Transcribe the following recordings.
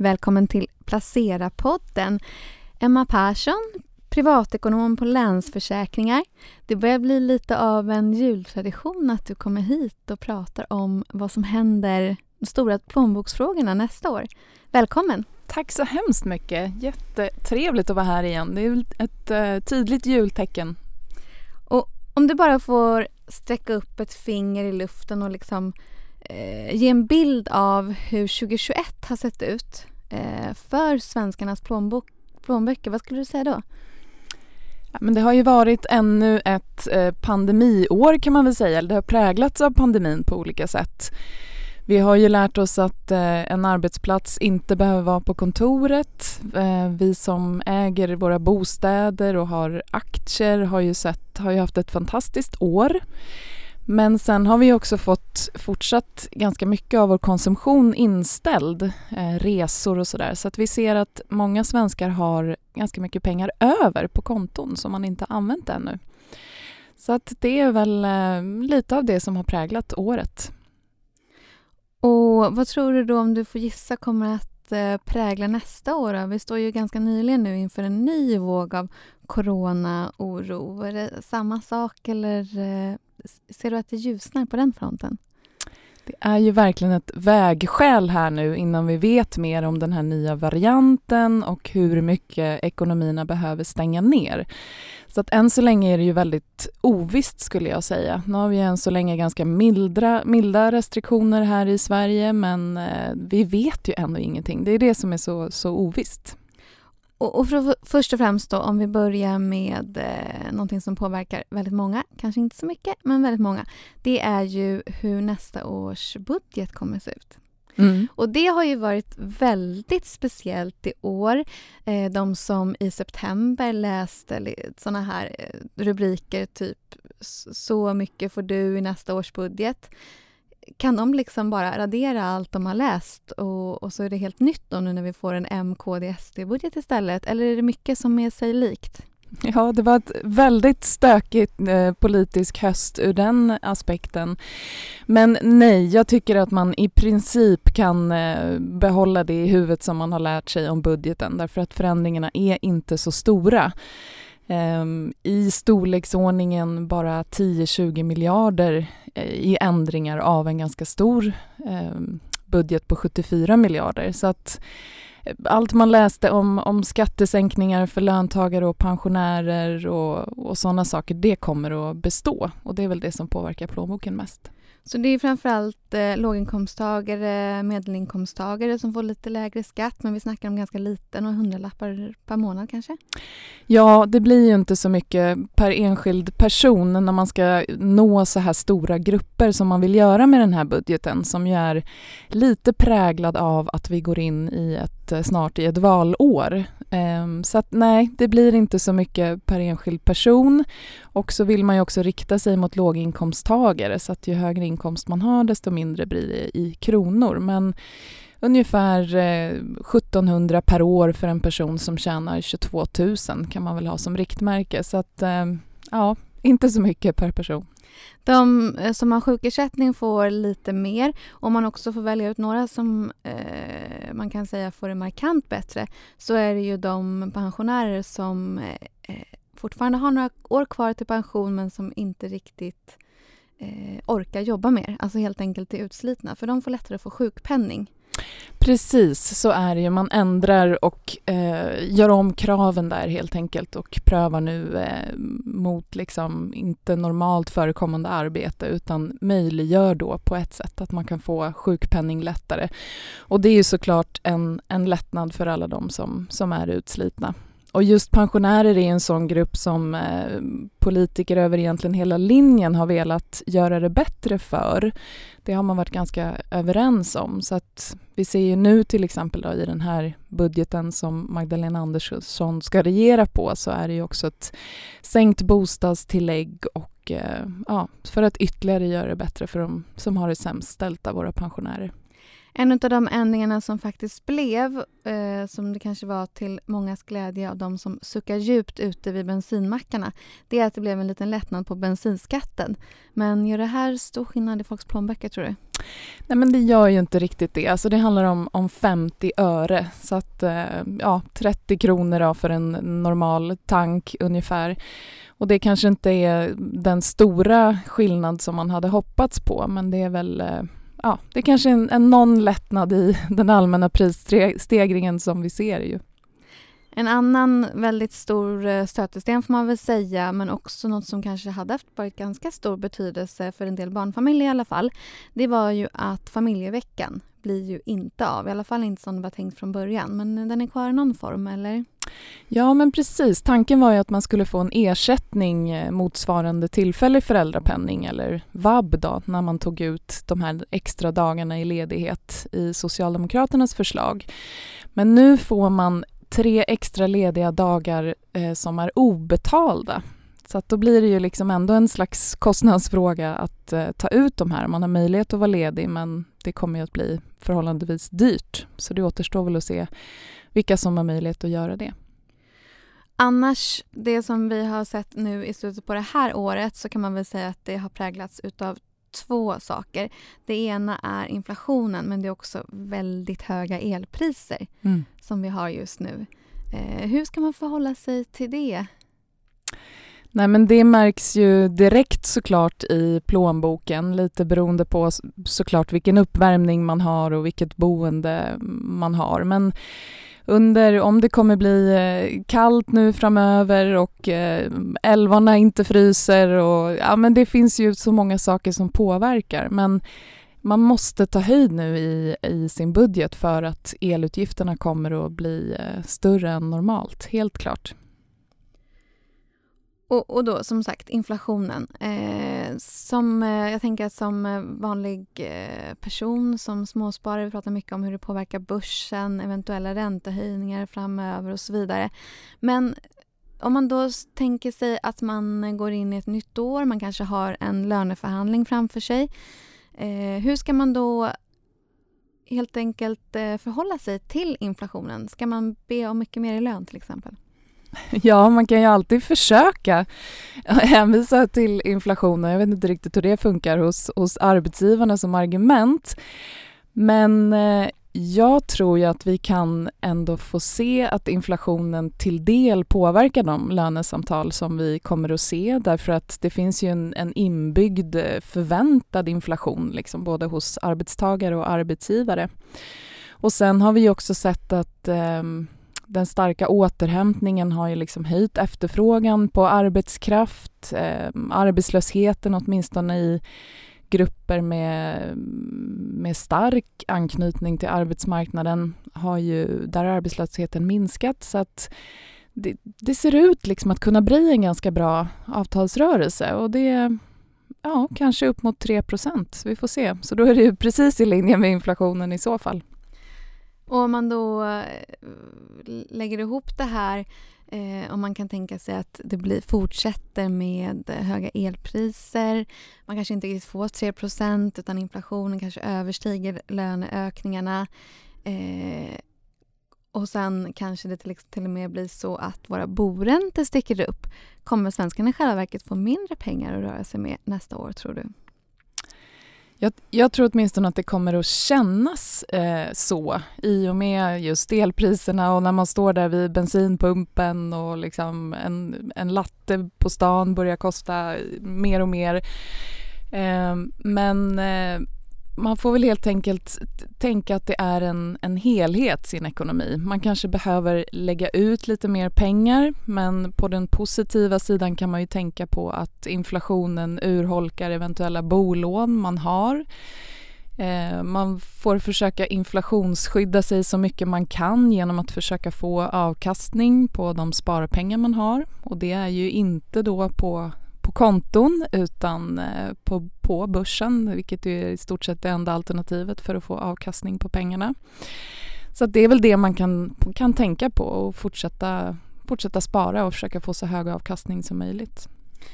Välkommen till Placera-podden. Emma Persson, privatekonom på Länsförsäkringar. Det börjar bli lite av en jultradition att du kommer hit och pratar om vad som händer, de stora plånboksfrågorna nästa år. Välkommen! Tack så hemskt mycket. Jättetrevligt att vara här igen. Det är ett tydligt jultecken. Och om du bara får sträcka upp ett finger i luften och liksom ge en bild av hur 2021 har sett ut för svenskarnas plånböcker. Vad skulle du säga då? Ja, men det har ju varit ännu ett pandemiår kan man väl säga. Det har präglats av pandemin på olika sätt. Vi har ju lärt oss att en arbetsplats inte behöver vara på kontoret. Vi som äger våra bostäder och har aktier har ju haft ett fantastiskt år. Men sen har vi också fått fortsatt ganska mycket av vår konsumtion inställd, resor och sådär. Så att vi ser att många svenskar har ganska mycket pengar över på konton som man inte har använt ännu. Så att det är väl lite av det som har präglat året. Och vad tror du då, om du får gissa, kommer att prägla nästa år då? Vi står ju ganska nyligen nu inför en ny våg av corona-oro. Är det samma sak eller ser du att det ljusnar på den fronten? Det är ju verkligen ett vägskäl här nu innan vi vet mer om den här nya varianten och hur mycket ekonomierna behöver stänga ner. Så att än så länge är det ju väldigt ovisst skulle jag säga. Nu har vi än så länge ganska milda restriktioner här i Sverige, men vi vet ju ändå ingenting. Det är det som är så ovisst. Och först och främst då, om vi börjar med någonting som påverkar väldigt många, kanske inte så mycket, men väldigt många. Det är ju hur nästa års budget kommer att se ut. Mm. Och det har ju varit väldigt speciellt i år. De som i september läste såna här rubriker typ så mycket får du i nästa års budget. Kan de liksom bara radera allt de har läst och så är det helt nytt då nu när vi får en MKD-SD-budget istället? Eller är det mycket som är sig likt? Ja, det var ett väldigt stökigt politisk höst ur den aspekten. Men nej, jag tycker att man i princip kan behålla det i huvudet som man har lärt sig om budgeten. Därför att förändringarna är inte så stora. I storleksordningen bara 10-20 miljarder i ändringar av en ganska stor budget på 74 miljarder. Så att allt man läste om skattesänkningar för löntagare och pensionärer och sådana saker, det kommer att bestå. Och det är väl det som påverkar plånboken mest. Så det är framförallt låginkomsttagare, medelinkomsttagare som får lite lägre skatt, men vi snackar om ganska liten och 100-lappar per månad kanske? Ja, det blir ju inte så mycket per enskild person när man ska nå så här stora grupper som man vill göra med den här budgeten, som ju är lite präglad av att vi går in i snart i ett valår. Så att nej, det blir inte så mycket per enskild person. Och så vill man ju också rikta sig mot låginkomsttagare, så att ju högre inkomst man har desto mindre blir det i kronor. Men ungefär 1700 per år för en person som tjänar 22 000 kan man väl ha som riktmärke. Så att ja, inte så mycket per person. De som har sjukersättning får lite mer, och man också får välja ut några som man kan säga får det markant bättre, så är det ju de pensionärer som fortfarande har några år kvar till pension men som inte riktigt orkar jobba mer. Alltså helt enkelt är utslitna, för de får lättare att få sjukpenning. Precis, så är det ju. Man ändrar och gör om kraven där helt enkelt och prövar nu mot liksom inte normalt förekommande arbete, utan möjliggör då på ett sätt att man kan få sjukpenning lättare. Och det är ju såklart en lättnad för alla de som är utslitna. Och just pensionärer är en sån grupp som politiker över egentligen hela linjen har velat göra det bättre för. Det har man varit ganska överens om. Så att vi ser ju nu till exempel då, i den här budgeten som Magdalena Andersson ska regera på, så är det ju också ett sänkt bostadstillägg och för att ytterligare göra det bättre för de som har det sämst ställt av våra pensionärer. En av de ändringarna som faktiskt blev, som det kanske var till mångas glädje av de som suckar djupt ute vid bensinmackarna, det är att det blev en liten lättnad på bensinskatten. Men gör det här stor skillnad i folks plånböcker, tror du? Nej, men det gör ju inte riktigt det. Alltså det handlar om 50 öre. Så att 30 kronor då för en normal tank ungefär. Och det kanske inte är den stora skillnad som man hade hoppats på. Men det är väl det är kanske en någon lättnad i den allmänna prisstegringen som vi ser ju. En annan väldigt stor stötesten får man väl säga, men också något som kanske hade varit ganska stor betydelse för en del barnfamiljer i alla fall. Det var ju att familjeveckan blir ju inte av, i alla fall inte som det var tänkt från början. Men den är kvar i någon form, eller? Ja, men precis. Tanken var ju att man skulle få en ersättning motsvarande tillfällig föräldrapenning eller vab då, när man tog ut de här extra dagarna i ledighet i Socialdemokraternas förslag. Men nu får man 3 extra lediga dagar som är obetalda. Så att då blir det ju liksom ändå en slags kostnadsfråga att ta ut de här. Man har möjlighet att vara ledig, men det kommer ju att bli förhållandevis dyrt. Så det återstår väl att se vilka som har möjlighet att göra det. Annars, det som vi har sett nu i slutet på det här året, så kan man väl säga att det har präglats utav 2 saker. Det ena är inflationen, men det är också väldigt höga elpriser som vi har just nu. Hur ska man förhålla sig till det? Nej, men det märks ju direkt såklart i plånboken, lite beroende på såklart vilken uppvärmning man har och vilket boende man har. Men om det kommer bli kallt nu framöver och älvarna inte fryser och men det finns ju så många saker som påverkar. Men man måste ta höjd nu i sin budget för att elutgifterna kommer att bli större än normalt, helt klart. Och då, som sagt, inflationen. Jag tänker att som vanlig person, som småsparare, vi pratar mycket om hur det påverkar börsen, eventuella räntehöjningar framöver och så vidare. Men om man då tänker sig att man går in i ett nytt år, man kanske har en löneförhandling framför sig. Hur ska man då helt enkelt förhålla sig till inflationen? Ska man be om mycket mer i lön till exempel? Ja, man kan ju alltid försöka hänvisa till inflationen. Jag vet inte riktigt hur det funkar hos arbetsgivarna som argument. Men jag tror ju att vi kan ändå få se att inflationen till del påverkar de lönesamtal som vi kommer att se. Därför att det finns ju en inbyggd förväntad inflation liksom, både hos arbetstagare och arbetsgivare. Och sen har vi också sett att den starka återhämtningen har ju liksom höjt efterfrågan på arbetskraft. Arbetslösheten, åtminstone i grupper med stark anknytning till arbetsmarknaden, där arbetslösheten minskat. Så att det ser ut liksom att kunna bli en ganska bra avtalsrörelse. Och det kanske upp mot 3%. Vi får se. Så då är det ju precis i linje med inflationen i så fall. Och om man då lägger ihop det här, om man kan tänka sig att det fortsätter med höga elpriser, man kanske inte riktigt får 3% utan inflationen kanske överstiger löneökningarna, och sen kanske det till och med blir så att våra boräntor sticker upp. Kommer svenskarna i själva verket få mindre pengar att röra sig med nästa år, tror du? Jag tror åtminstone att det kommer att kännas så i och med just elpriserna, och när man står där vid bensinpumpen och liksom en latte på stan börjar kosta mer och mer. Men man får väl helt enkelt tänka att det är en helhet, sin ekonomi. Man kanske behöver lägga ut lite mer pengar, men på den positiva sidan kan man ju tänka på att inflationen urholkar eventuella bolån man har. Man får försöka inflationsskydda sig så mycket man kan genom att försöka få avkastning på de sparpengar man har. Och det är ju inte då på konton utan på börsen, vilket är i stort sett det enda alternativet för att få avkastning på pengarna. Så att det är väl det man kan tänka på, och fortsätta spara och försöka få så hög avkastning som möjligt.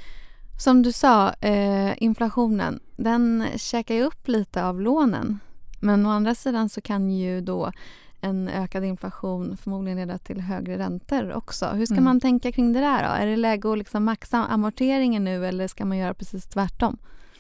Som du sa, inflationen, den käkar ju upp lite av lånen. Men å andra sidan så kan ju då en ökad inflation förmodligen leda till högre räntor också. Hur ska man tänka kring det där då? Är det läge att liksom maxa amorteringen nu eller ska man göra precis tvärtom?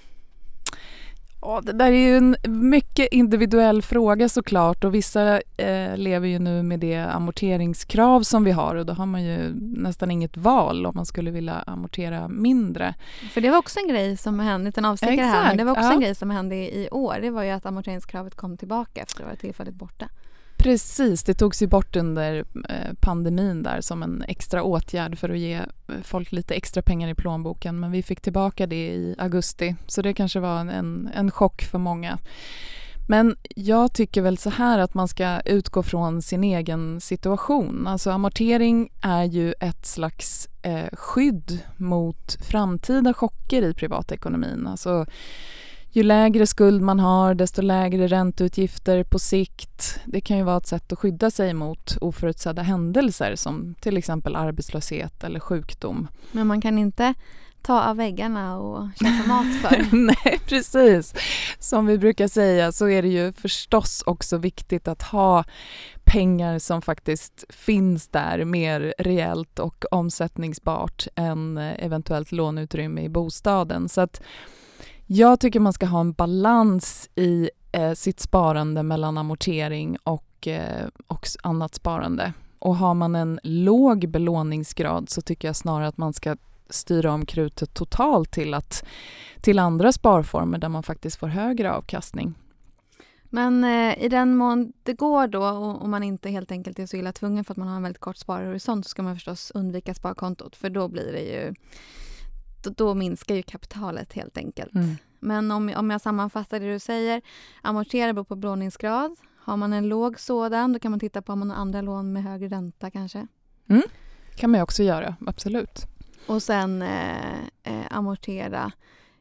Ja, det där är ju en mycket individuell fråga såklart, och vissa lever ju nu med det amorteringskrav som vi har, och då har man ju nästan inget val om man skulle vilja amortera mindre. För det var också en grej som hände, en avstickare här, men det var också en grej som hände i år. Det var ju att amorteringskravet kom tillbaka efter att vara tillfälligt borta. Precis, det togs ju bort under pandemin där som en extra åtgärd för att ge folk lite extra pengar i plånboken. Men vi fick tillbaka det i augusti, så det kanske var en chock för många. Men jag tycker väl så här att man ska utgå från sin egen situation. Alltså amortering är ju ett slags skydd mot framtida chocker i privatekonomin. Alltså ju lägre skuld man har, desto lägre ränteutgifter på sikt. Det kan ju vara ett sätt att skydda sig mot oförutsedda händelser som till exempel arbetslöshet eller sjukdom. Men man kan inte ta av väggarna och köpa mat för. Nej, precis. Som vi brukar säga så är det ju förstås också viktigt att ha pengar som faktiskt finns där mer reellt och omsättningsbart än eventuellt låneutrymme i bostaden. Så att jag tycker man ska ha en balans i sitt sparande mellan amortering och annat sparande. Och har man en låg belåningsgrad så tycker jag snarare att man ska styra om krutet totalt till andra sparformer där man faktiskt får högre avkastning. Men i den mån det går då, och man inte helt enkelt är så illa tvungen för att man har en väldigt kort sparhorisont, så ska man förstås undvika sparkontot, för då blir det ju då minskar ju kapitalet helt enkelt. Men om jag sammanfattar det du säger, amortera beror på belåningsgrad. Har man en låg sådan, då kan man titta på om man har andra lån med högre ränta kanske. Kan man också göra, absolut. Och sen amortera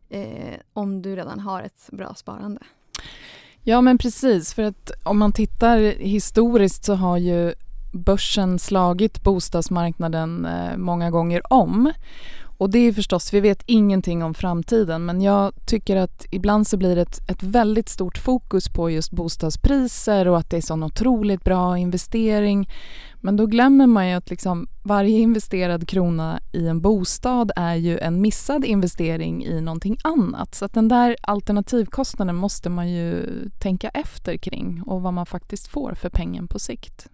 om du redan har ett bra sparande. Ja, men precis. För att om man tittar historiskt så har ju börsen slagit bostadsmarknaden många gånger om. Och det är förstås, vi vet ingenting om framtiden, men jag tycker att ibland så blir det ett väldigt stort fokus på just bostadspriser och att det är sån otroligt bra investering. Men då glömmer man ju att liksom varje investerad krona i en bostad är ju en missad investering i någonting annat. Så att den där alternativkostnaden måste man ju tänka efter kring och vad man faktiskt får för pengen på sikt.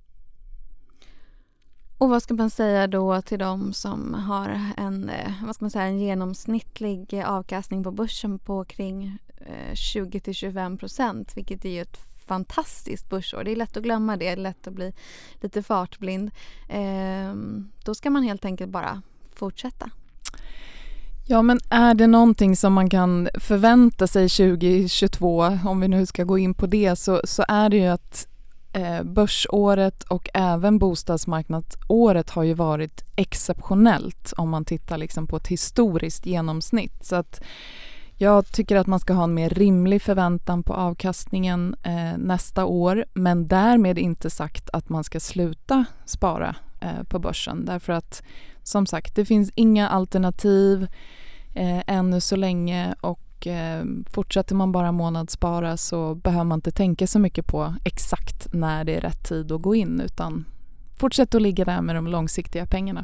Och vad ska man säga då till de som har en genomsnittlig avkastning på börsen på kring 20-25%, vilket är ju ett fantastiskt börsår. Det är lätt att glömma det, är lätt att bli lite fartblind. Då ska man helt enkelt bara fortsätta. Ja, men är det någonting som man kan förvänta sig 2022, om vi nu ska gå in på det, så är det ju att börsåret och även bostadsmarknadsåret har ju varit exceptionellt om man tittar liksom på ett historiskt genomsnitt. Så att jag tycker att man ska ha en mer rimlig förväntan på avkastningen nästa år, men därmed inte sagt att man ska sluta spara på börsen. Därför att som sagt, det finns inga alternativ ännu så länge, och fortsätter man bara månadsspara så behöver man inte tänka så mycket på exakt när det är rätt tid att gå in, utan fortsätt att ligga där med de långsiktiga pengarna.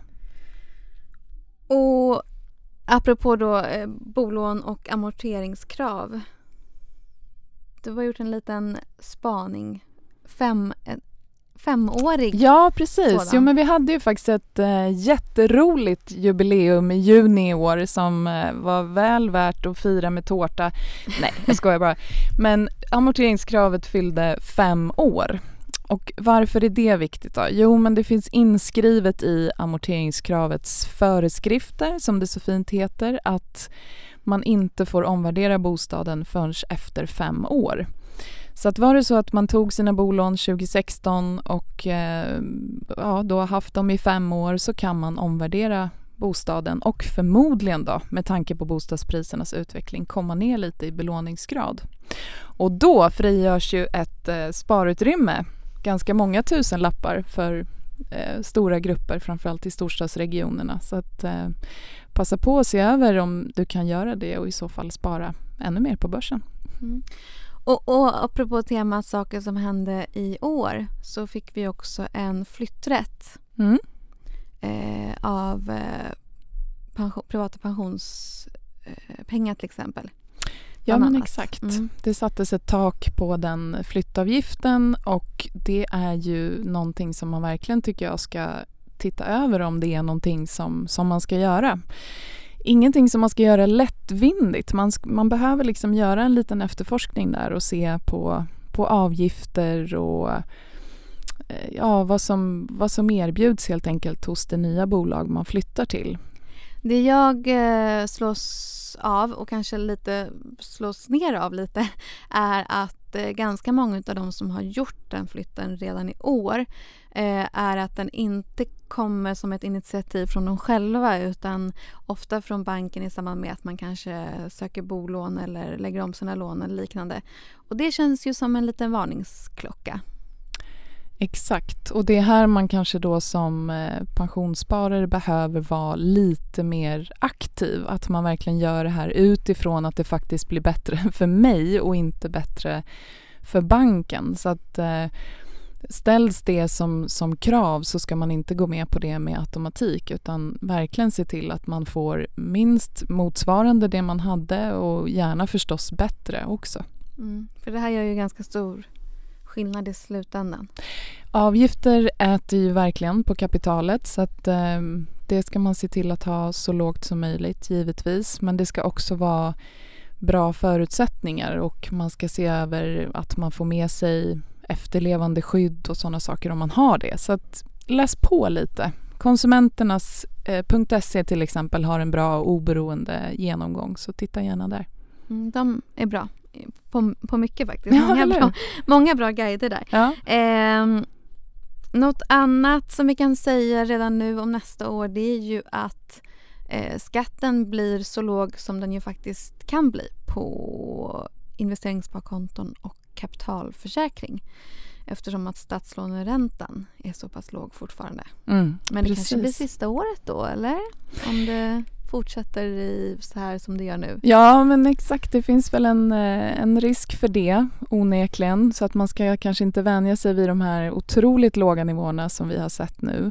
Och apropå då bolån och amorteringskrav. Du har gjort en liten spaning. Femårig. Ja, precis. Jo, men vi hade ju faktiskt ett jätteroligt jubileum i juni i år som var väl värt att fira med tårta. Nej, jag skojar bara. Men amorteringskravet fyllde 5 år. Och varför är det viktigt då? Jo, men det finns inskrivet i amorteringskravets föreskrifter, som det så fint heter, att man inte får omvärdera bostaden förrän efter 5 år. Så att var det så att man tog sina bolån 2016 och då har haft dem i 5 år, så kan man omvärdera bostaden och förmodligen då, med tanke på bostadsprisernas utveckling, komma ner lite i belåningsgrad. Och då frigörs ju ett sparutrymme, ganska många tusenlappar för stora grupper, framförallt i storstadsregionerna. Så att passa på att se över om du kan göra det och i så fall spara ännu mer på börsen. Och apropå temat saker som hände i år så fick vi också en flytträtt av privata pensionspengar till exempel. Ja, men exakt. Det sattes ett tak på den flyttavgiften och det är ju någonting som man verkligen tycker jag ska titta över om det är någonting som man ska göra. Ingenting som man ska göra lättvindigt. Man behöver liksom göra en liten efterforskning där och se på avgifter och vad som erbjuds helt enkelt hos det nya bolag man flyttar till. Det jag slås av och kanske lite slås ner av lite är att ganska många av de som har gjort den flytten redan i år är att den inte kommer som ett initiativ från dem själva utan ofta från banken i samband med att man kanske söker bolån eller lägger om sina lån eller liknande. Och det känns ju som en liten varningsklocka. Exakt, och det är här man kanske då som pensionssparare behöver vara lite mer aktiv. Att man verkligen gör det här utifrån att det faktiskt blir bättre för mig och inte bättre för banken. Så att ställs det som krav så ska man inte gå med på det med automatik utan verkligen se till att man får minst motsvarande det man hade och gärna förstås bättre också. För det här gör ju ganska stor skillnad i slutändan. Avgifter äter ju verkligen på kapitalet så att det ska man se till att ha så lågt som möjligt givetvis. Men det ska också vara bra förutsättningar och man ska se över att man får med sig efterlevande skydd och sådana saker om man har det. Så att läs på lite. Konsumenternas.se till exempel har en bra och oberoende genomgång så titta gärna där. De är bra. På mycket faktiskt. Många bra guider där. Ja. Något annat som vi kan säga redan nu om nästa år det är ju att skatten blir så låg som den ju faktiskt kan bli på investeringssparkonton och kapitalförsäkring. Eftersom att statslåneräntan är så pass låg fortfarande. Men det kanske blir sista året då, eller? Om det fortsätter i så här som det gör nu. Ja, men exakt. Det finns väl en risk för det, onekligen. Så att man ska kanske inte vänja sig vid de här otroligt låga nivåerna som vi har sett nu.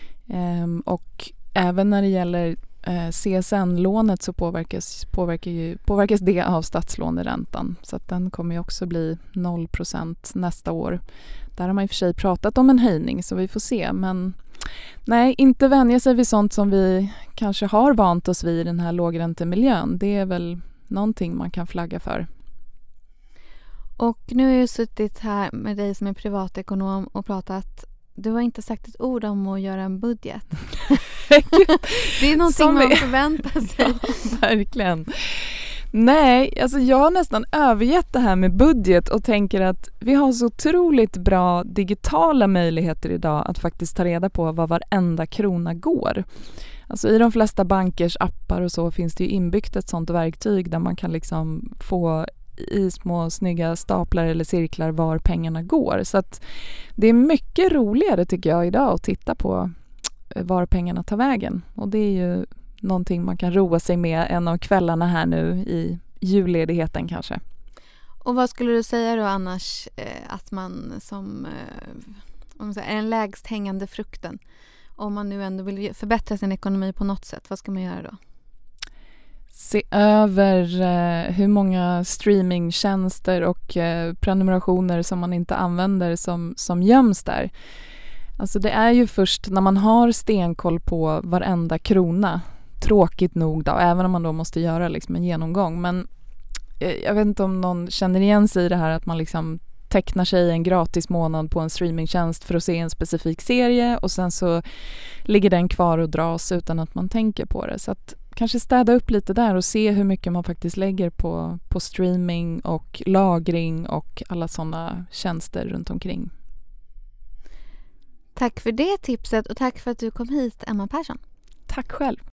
Och även när det gäller CSN-lånet så påverkas det av statslåneräntan. Så att den kommer ju också bli 0% nästa år. Där har man i och för sig pratat om en höjning så vi får se. Men nej, inte vänja sig vid sånt som vi kanske har vant oss vid i den här lågräntemiljön. Det är väl någonting man kan flagga för. Och nu har jag suttit här med dig som är privatekonom och pratat. Du har inte sagt ett ord om att göra en budget. Det är någonting man förväntar sig. Ja, verkligen. Nej, alltså jag har nästan övergett det här med budget och tänker att vi har så otroligt bra digitala möjligheter idag att faktiskt ta reda på vad varenda krona går. Alltså i de flesta bankers appar och så finns det ju inbyggt ett sånt verktyg där man kan liksom få i små snygga staplar eller cirklar var pengarna går. Så att det är mycket roligare tycker jag idag att titta på var pengarna tar vägen. Och det är ju någonting man kan roa sig med en av kvällarna här nu i julledigheten kanske. Och vad skulle du säga då annars att man som är den lägst hängande frukten om man nu ändå vill förbättra sin ekonomi på något sätt, vad ska man göra då? Se över hur många streamingtjänster och prenumerationer som man inte använder som göms där. Alltså det är ju först när man har stenkoll på varenda krona, tråkigt nog då, även om man då måste göra liksom en genomgång. Men jag vet inte om någon känner igen sig i det här att man liksom tecknar sig en gratis månad på en streamingtjänst för att se en specifik serie och sen så ligger den kvar och dras utan att man tänker på det. Så att kanske städa upp lite där och se hur mycket man faktiskt lägger på streaming och lagring och alla sådana tjänster runt omkring. Tack för det tipset och tack för att du kom hit, Emma Persson. Tack själv.